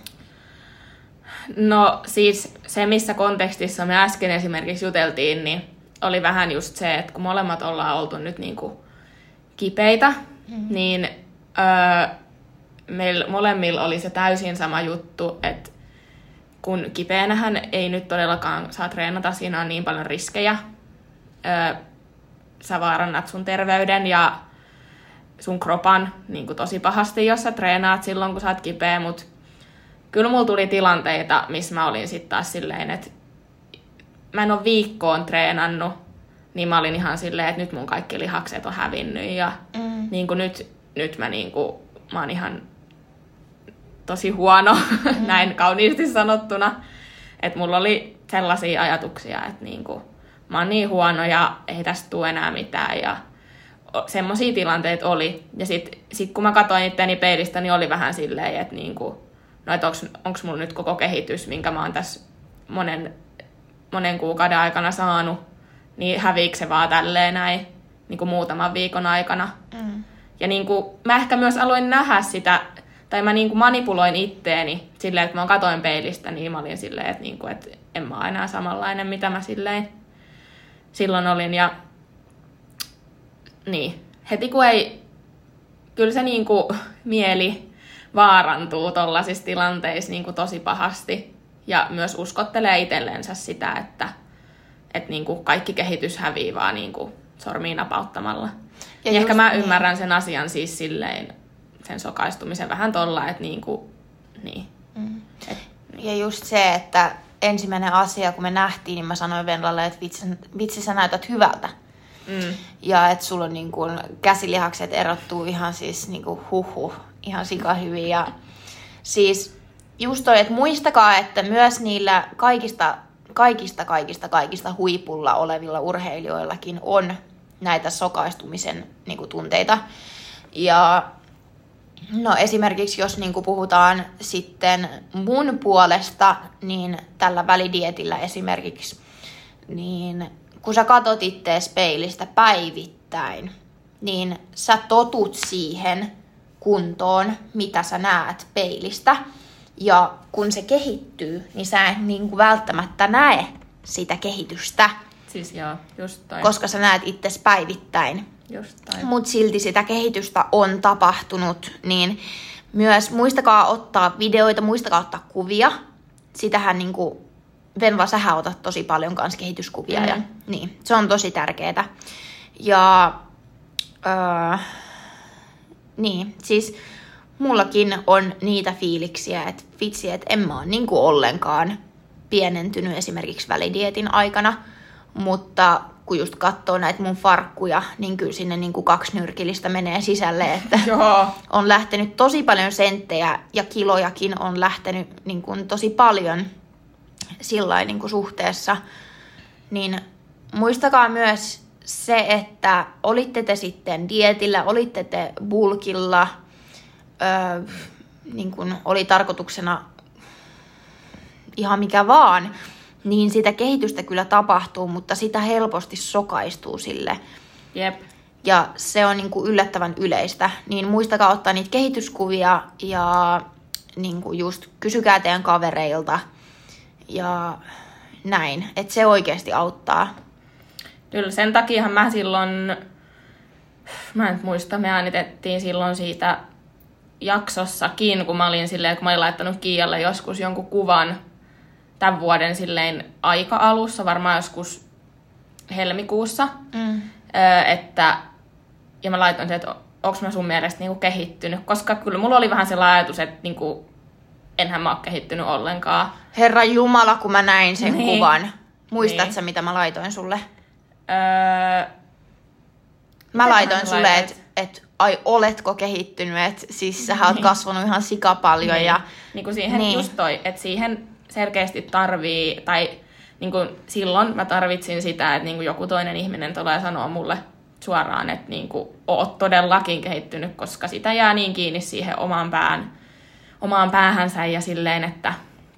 No siis se, missä kontekstissa me äsken esimerkiksi juteltiin, niin oli vähän just se, että kun molemmat ollaan oltu nyt niinku kipeitä, mm-hmm. niin öö, meillä molemmilla oli se täysin sama juttu, että kun kipeänähän ei nyt todellakaan saa treenata, siinä on niin paljon riskejä. Öö, sä vaarannat sun terveyden ja sun kropan niin kuin tosi pahasti, jos sä treenaat silloin, kun sä oot kipeä. Mut kyllä mulla tuli tilanteita, missä mä olin sitten taas silleen, että mä en ole viikkoon treenannut, niin mä olin ihan silleen, että nyt mun kaikki lihakset on hävinnyt. Ja mm. niin kuin nyt, nyt mä, niin kuin, mä oon ihan... tosi huono, mm. näin kauniisti sanottuna. Että mulla oli sellaisia ajatuksia, että niinku, mä oon niin huono ja ei tästä tule enää mitään. Ja semmosia tilanteita oli. Ja sit, sit kun mä katsoin itseäni peilistä, niin oli vähän silleen, että niinku, no et onks, onks mulla nyt koko kehitys, minkä mä oon tässä monen, monen kuukauden aikana saanut, niin häviikö se vaan tälleen näin niinku muutaman viikon aikana. Mm. Ja niinku, mä ehkä myös aloin nähdä sitä, tai mä niinku manipuloin itteeni silleen, että mä katoin peilistä, niin mä olin silleen, että, niinku, että en mä ole enää samanlainen, mitä mä silleen silloin olin. Ja niin, heti kun ei kyllä se niinku mieli vaarantuu tollaisissa tilanteissa niinku tosi pahasti. Ja myös uskottelee itsellensä sitä, että et niinku kaikki kehitys hävii vaan niinku sormiin napauttamalla. Ja ehkä mä niin. ymmärrän sen asian siis silleen, sen sokaistumisen vähän tolla, että niinku, niin. Mm. Et, niin. Ja just se, että ensimmäinen asia, kun me nähtiin, niin mä sanoin Venlalle, että vitsi, vitsi sä näytät hyvältä. Mm. Ja että sulla on niin kuin käsilihakset erottuu ihan siis niin kuin huhhuh, ihan sika hyvin. Ja siis just toi, että muistakaa, että myös niillä kaikista, kaikista, kaikista, kaikista huipulla olevilla urheilijoillakin on näitä sokaistumisen niin kuin tunteita. Ja no esimerkiksi jos niin kuin puhutaan sitten mun puolesta, niin tällä välidietillä esimerkiksi, niin kun sä katot ittees peilistä päivittäin, niin sä totut siihen kuntoon, mitä sä näet peilistä. Ja kun se kehittyy, niin sä et niin kuin välttämättä näe sitä kehitystä. Siis joo, just toi. Koska sä näet itses päivittäin. Mutta silti sitä kehitystä on tapahtunut, niin myös muistakaa ottaa videoita, muistakaa ottaa kuvia. Sitähän niinku, Venla, sähän otat tosi paljon kans kehityskuvia. Mm. Ja, niin, se on tosi tärkeetä. Ja öö, niin, siis mullakin on niitä fiiliksiä, että vitsi, että en mä ole niinku ollenkaan pienentynyt esimerkiksi välidietin aikana, mutta kun just katsoo näitä mun farkkuja, niin kyllä sinne niin kuin kaksi nyrkillistä menee sisälle, että on lähtenyt tosi paljon senttejä ja kilojakin on lähtenyt niin kuin tosi paljon sillain niin kuin suhteessa. Niin muistakaa myös se, että olitte te sitten dietillä, olitte te bulkilla, öö, niin kuin oli tarkoituksena ihan mikä vaan, niin sitä kehitystä kyllä tapahtuu, mutta sitä helposti sokaistuu sille. Jep. Ja se on niin kuin yllättävän yleistä. Niin muistakaa ottaa niitä kehityskuvia ja niin kuin just kysykää teidän kavereilta ja näin. Että se oikeasti auttaa. Kyllä sen takiahan mä silloin, mä en muista, me äänitettiin silloin siitä jaksossakin, kun mä olin silleen, kun mä olin laittanut Kiialle joskus jonkun kuvan tämän vuoden silleen aika-alussa, varmaan joskus helmikuussa, mm. öö, että, ja mä laitoin sen, että onko mä sun mielestä niinku kehittynyt, koska kyllä mulla oli vähän sellainen ajatus, että niinku, enhän mä ole kehittynyt ollenkaan. Herra Jumala, kun mä näin sen niin. kuvan. Muistatko niin. sä, mitä mä laitoin sulle? Öö, mä laitoin sulle, että et, ai oletko kehittynyt, että siis sähän oot kasvanut ihan sika paljon. Niin. Ja, niin kuin siihen niin. just toi, että siihen selkeästi tarvii, tai niin kuin silloin mä tarvitsin sitä, että niin kuin joku toinen ihminen tulee sanoa mulle suoraan, että niin kuin oot todellakin kehittynyt, koska sitä jää niin kiinni siihen omaan, pään, omaan päähänsä ja silleen, että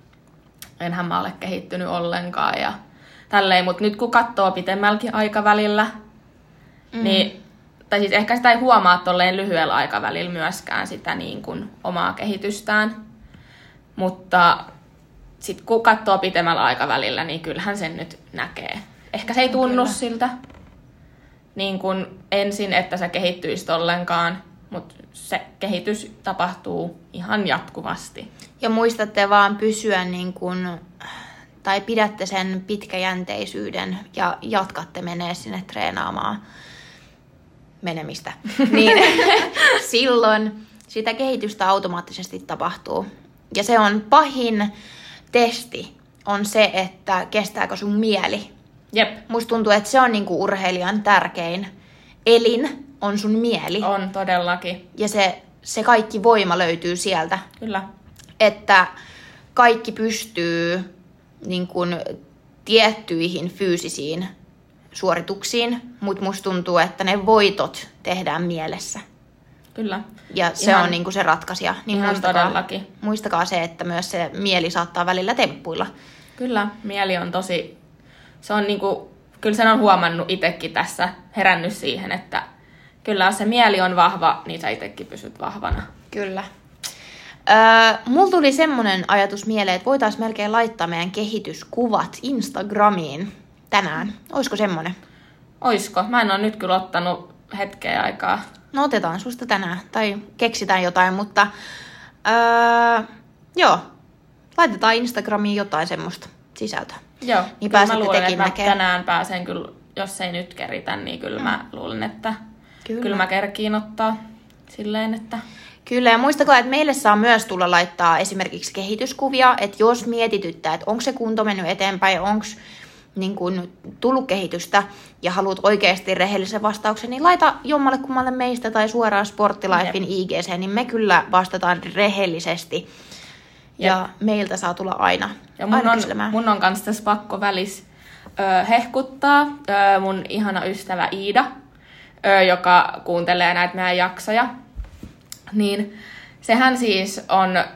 enhän mä ole kehittynyt ollenkaan ja tälleen. Mutta nyt kun katsoo pitemmälläkin aikavälillä, mm. niin, tai siis ehkä sitä ei huomaa tolleen lyhyellä aikavälillä myöskään sitä niin kuin omaa kehitystään, mutta sitten kun katsoo pitemmällä aikavälillä, niin kyllähän sen nyt näkee. Ehkä se ei tunnu Kyllä. siltä niin kuin ensin, että sä kehittyisit ollenkaan, mutta se kehitys tapahtuu ihan jatkuvasti. Ja muistatte vaan pysyä niin kuin, tai pidätte sen pitkäjänteisyyden ja jatkatte menee sinne treenaamaan menemistä. Niin silloin sitä kehitystä automaattisesti tapahtuu. Ja se on pahin testi on se, että kestääkö sun mieli. Jep. Musta tuntuu, että se on niinku urheilijan tärkein elin, on sun mieli. On todellakin. Ja se, se kaikki voima löytyy sieltä. Kyllä. Että kaikki pystyy niin kun, tiettyihin fyysisiin suorituksiin, mutta musta tuntuu, että ne voitot tehdään mielessä. Kyllä. Ja se ihan, on niinku se ratkaisija. Niin ihan muistakaa, todellakin. Muistakaa se, että myös se mieli saattaa välillä temppuilla. Kyllä, mieli on tosi, se on niinku, kyllä sen on huomannut itsekin tässä, herännyt siihen, että kyllä jos se mieli on vahva, niin sä itsekin pysyt vahvana. Kyllä. Öö, mulla tuli semmonen ajatus mieleen, että voitaisiin melkein laittaa meidän kehityskuvat Instagramiin tänään. Oisko semmonen? Oisko? Mä en ole nyt kyllä ottanut hetkeä aikaa. No otetaan susta tänään, tai keksitään jotain, mutta öö, joo, laitetaan Instagramiin jotain semmoista sisältöä. Joo, niin kyllä mä pääsette luulen, tekin että näkemään. mä tänään pääsen kyllä, jos ei nyt keritä, niin kyllä mm. mä luulen, että kyllä, kyllä mä kerkiin ottaa silleen, että... Kyllä, ja muistakaa, että meille saa myös tulla laittaa esimerkiksi kehityskuvia, että jos mietityttää, että onko se kunto mennyt eteenpäin, onko niin kun, tullut kehitystä ja haluat oikeasti rehellisen vastauksen, niin laita jommalle kummalle meistä tai suoraan Sporttilifein I G C, niin me kyllä vastataan rehellisesti. Ja Jep. meiltä saa tulla aina, ja mun aina on, kyselemään. Mun on kanssa tässä pakko välis ö, hehkuttaa ö, mun ihana ystävä Iida, ö, joka kuuntelee näitä meidän jaksoja. Niin sehän siis on ö,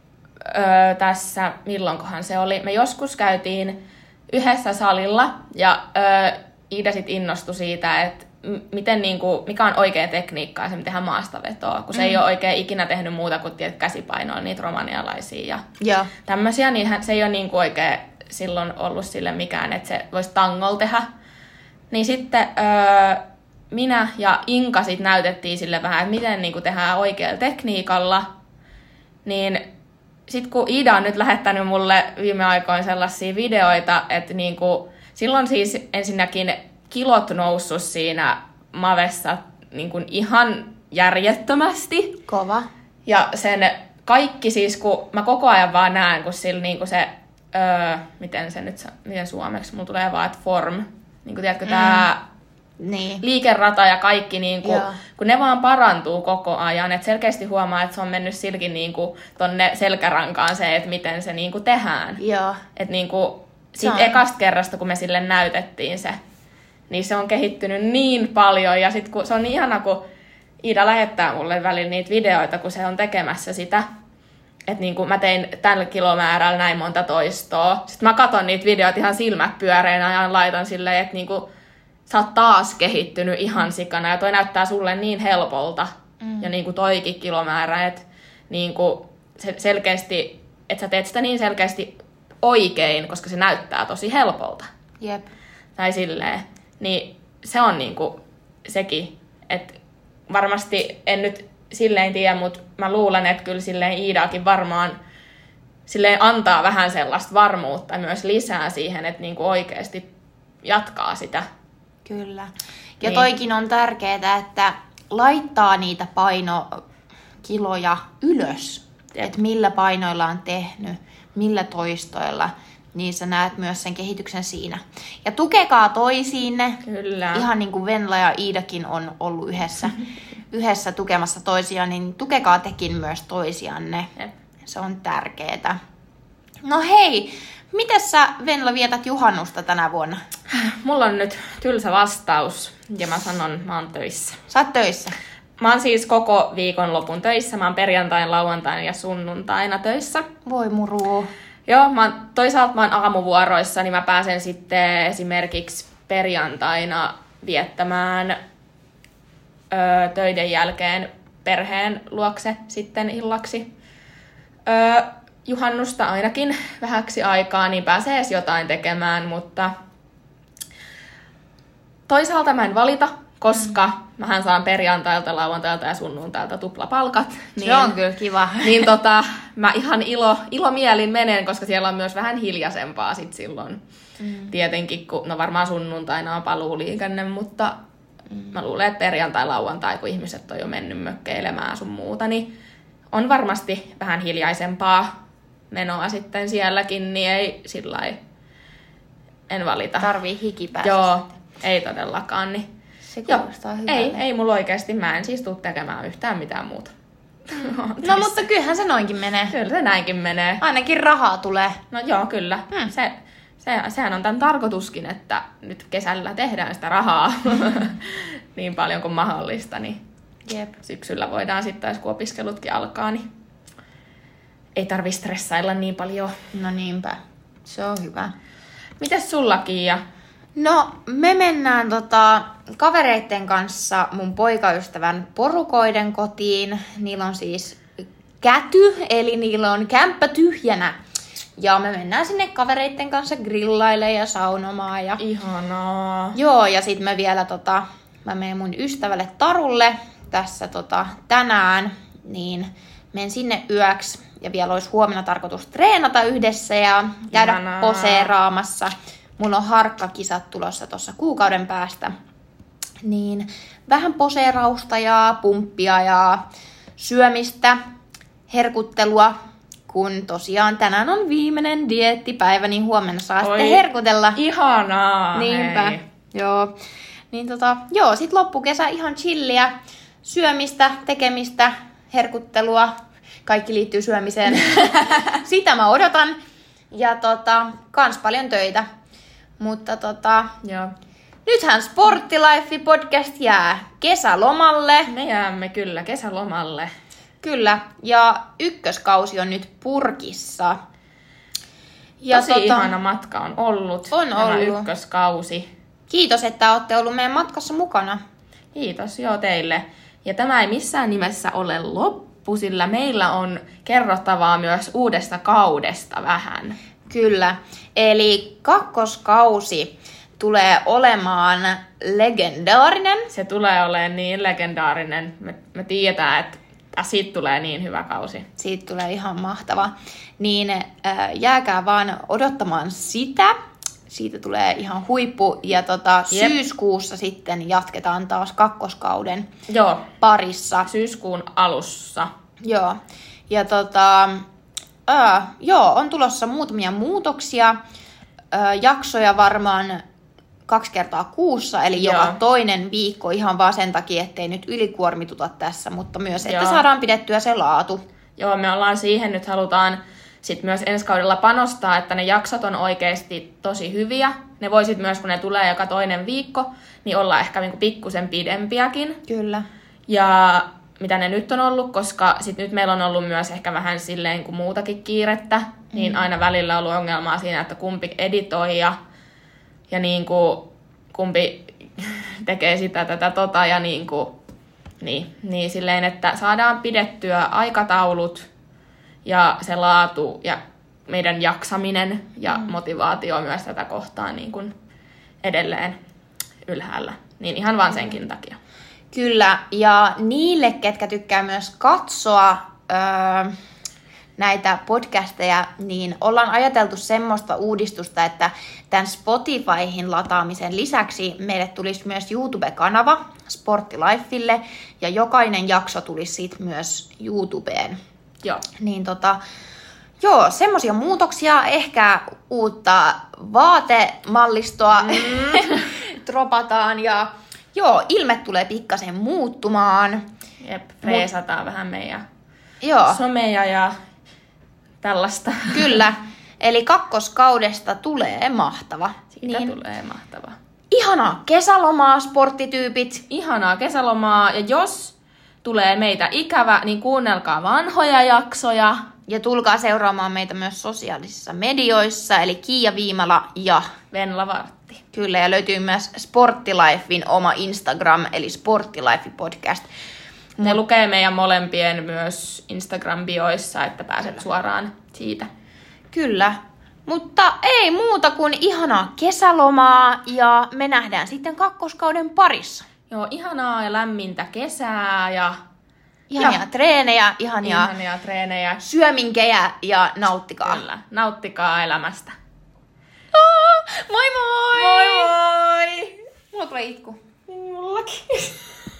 tässä, milloinkohan se oli, me joskus käytiin yhdessä salilla ja ö, Iida sit innostui siitä, että m- miten niinku, mikä on oikea tekniikka ja tehdään maastavetoa, kun se mm. ei ole oikein ikinä tehnyt muuta kuin tiedät, käsipainoilla niitä romanialaisia ja, ja. tämmöisiä, niin hän, se ei ole niinku oikein silloin ollut sille mikään, että se voisi tangolla tehdä. Niin sitten ö, minä ja Inka sit näytettiin sille vähän, että miten niinku tehdään oikealla tekniikalla, niin sitten kun Iida on nyt lähettänyt mulle viime aikoina sellaisia videoita, että niinku, silloin siis ensinnäkin kilot noussut siinä Mavessa niinku ihan järjettömästi. Kova. Ja sen kaikki siis, kun mä koko ajan vaan näen, kun sillä niinku se, öö, miten se nyt, miten suomeksi, mulla tulee vaan, että form, niinku tiedätkö, mm. tää niin. liikerata ja kaikki, niinku, kun ne vaan parantuu koko ajan, että selkeästi huomaa, että se on mennyt silläkin niinku tonne selkärankaan se, että miten se niinku tehdään. Että niinku, siitä ekasta kerrasta, kun me sille näytettiin se, niin se on kehittynyt niin paljon. Ja sit kun se on niin ihana, kun Iida lähettää mulle välillä niitä videoita, kun se on tekemässä sitä. Että niinku mä tein tällä kilomäärällä näin monta toistoa. Sitten mä katon niitä videoita ihan silmät pyöreinä ja laitan silleen, että niinku, sä oot taas kehittynyt ihan sikana. Ja toi näyttää sulle niin helpolta. Mm. Ja niinku toikin kilomäärä, että niinku selkeästi, että sä teet sitä niin selkeästi oikein, koska se näyttää tosi helpolta. Jep. Tai silleen. Niin se on niinku sekin, että varmasti en nyt silleen tiedä, mutta mä luulen, että kyllä silleen Iidaakin varmaan silleen antaa vähän sellaista varmuutta myös lisää siihen, että niinku oikeasti jatkaa sitä. Kyllä. Ja niin. Toikin on tärkeää, että laittaa niitä painokiloja ylös. Että millä painoilla on tehnyt, millä toistoilla, niin sä näet myös sen kehityksen siinä. Ja tukekaa toisiinne. Kyllä. Ihan niin kuin Venla ja Iidakin on ollut yhdessä, yhdessä tukemassa toisiaan, niin tukekaa tekin myös toisianne. Jep. Se on tärkeää. No hei, miten sä, Venla, vietät juhannusta tänä vuonna? Mulla on nyt tylsä vastaus ja mä sanon, mä oon töissä. Sä oot töissä? Mä oon siis koko viikonlopun töissä. Mä oon perjantain, lauantain ja sunnuntaina töissä. Voi muruu. Joo, mä oon, toisaalta mä oon aamuvuoroissa, niin mä pääsen sitten esimerkiksi perjantaina viettämään ö, töiden jälkeen perheen luokse sitten illaksi. Ö, juhannusta ainakin vähäksi aikaa, niin pääsee edes jotain tekemään, mutta toisaalta mä en valita, koska mm. mähän saan perjantailta, lauantailta ja sunnuntailta tuplapalkat. Niin, se on kyllä kiva. Niin tota, mä ihan ilo, ilomielin menen, koska siellä on myös vähän hiljaisempaa sit silloin. Mm. Tietenkin, kun, no varmaan sunnuntaina on paluuliikenne, mutta mm. mä luulen, että perjantai, lauantai, kun ihmiset on jo mennyt mökkeilemään sun muuta, niin on varmasti vähän hiljaisempaa menoa sitten sielläkin, niin ei sillai, en valita. Tarvii hikipäästä. Joo, ei todellakaan, niin se kuulostaa hyvälle. Ei, ei mulla oikeasti, mä en siis tule tekemään yhtään mitään muuta. No mutta kyllähän se noinkin menee. Kyllä se näinkin menee. Ainakin rahaa tulee. No joo, kyllä. Hmm. Se, se, sehän on tämän tarkoituskin, että nyt kesällä tehdään sitä rahaa niin paljon kuin mahdollista. Niin Jep. Syksyllä voidaan sitten, kun opiskelutkin alkaa, niin ei tarvi stressailla niin paljon. No niinpä, se on hyvä. Mites sulla, Kiia? No, me mennään tota, kavereitten kanssa mun poikaystävän porukoiden kotiin. Niillä on siis käty, eli niillä on kämppä tyhjänä. Ja me mennään sinne kavereitten kanssa grillailemaan ja saunomaan. Ja... Ihanaa. Joo, ja sit me vielä tota, mä menen mun ystävälle Tarulle tässä tota, tänään, niin menen sinne yöksi. Ja vielä olisi huomenna tarkoitus treenata yhdessä ja käydä Ihanaa. poseeraamassa. Mulla on harkkakisat tulossa tuossa kuukauden päästä. Niin vähän poseerausta ja pumppia ja syömistä, herkuttelua. Kun tosiaan tänään on viimeinen dieettipäivä, niin huomenna saa Oi, sitten herkutella. Ihanaa, Niinpä, hei. joo. Niin tota, joo, sit loppukesä ihan chilliä, syömistä, tekemistä, herkuttelua. Kaikki liittyy syömiseen. Sitä mä odotan. Ja tota, kans paljon töitä. Mutta tota, Joo. nythän Sporttilife podcast jää kesälomalle. Me jäämme kyllä kesälomalle. Kyllä, ja ykköskausi on nyt purkissa. Ja Tosi tota, ihana matka on ollut. On tämä ollut. ykköskausi. Kiitos, että olette ollut meidän matkassa mukana. Kiitos joo teille. Ja tämä ei missään nimessä ole loppu, sillä meillä on kerrottavaa myös uudesta kaudesta vähän. Kyllä, eli kakkoskausi tulee olemaan legendaarinen. Se tulee olemaan niin legendaarinen. Me, me tiedetään, että siitä tulee niin hyvä kausi. Siitä tulee ihan mahtava. Niin äh, jääkää vaan odottamaan sitä. Siitä tulee ihan huippu. Ja tota, Jep. syyskuussa sitten jatketaan taas kakkoskauden Joo, parissa. syyskuun alussa. Joo. Ja tota, äh, joo, on tulossa muutamia muutoksia. Äh, jaksoja varmaan kaksi kertaa kuussa, eli Joo. joka toinen viikko ihan vaan sen takia, ettei nyt ylikuormituta tässä, mutta myös, että Joo. saadaan pidettyä se laatu. Joo, me ollaan siihen nyt halutaan sit myös ensi kaudella panostaa, että ne jaksot on oikeasti tosi hyviä. Ne voisit myös, kun ne tulee joka toinen viikko, niin olla ehkä niinku pikkusen pidempiäkin. Kyllä. Ja mitä ne nyt on ollut, koska sit nyt meillä on ollut myös ehkä vähän silleen kuin muutakin kiirettä, mm. niin aina välillä on ollut ongelmaa siinä, että kumpi editoi ja, ja niin kuin, kumpi tekee sitä tätä tota ja niin kuin, niin, niin silleen, että saadaan pidettyä aikataulut ja se laatu ja meidän jaksaminen ja mm. motivaatio myös tätä kohtaan niin kuin edelleen ylhäällä. Niin ihan vaan senkin takia. Kyllä, ja niille, ketkä tykkää myös katsoa öö, näitä podcasteja, niin ollaan ajateltu semmoista uudistusta, että tämän Spotifyhin lataamisen lisäksi meille tulisi myös YouTube-kanava Sporttilifelle, ja jokainen jakso tulisi sitten myös YouTubeen. Joo. Niin tota, joo, semmoisia muutoksia, ehkä uutta vaatemallistoa mm. dropataan, ja joo, ilme tulee pikkasen muuttumaan. Jep, freesataan Mut, vähän meidän joo. someja ja tällaista. Kyllä, eli kakkoskaudesta tulee mahtava. Siitä niin. tulee mahtava. Ihanaa kesälomaa, sporttityypit. Ihanaa kesälomaa, ja jos tulee meitä ikävä, niin kuunnelkaa vanhoja jaksoja. Ja tulkaa seuraamaan meitä myös sosiaalisissa medioissa, eli Kiia Viimala ja Venla Vartti. Kyllä, ja löytyy myös Sporttilifein oma Instagram, eli Sporttilife Podcast. Ne Mut... lukee meidän molempien myös Instagram-bioissa, että pääset suoraan siitä. Kyllä, mutta ei muuta kuin ihanaa kesälomaa, ja me nähdään sitten kakkoskauden parissa. Joo, ihanaa ja lämmintä kesää ja... Ihania ja. treenejä, ihania, ihania treenejä. syöminkejä ja nauttikaa. Kyllä, nauttikaa elämästä. Oh, moi moi! Moi moi! Mulla tulee itku. Mullakin.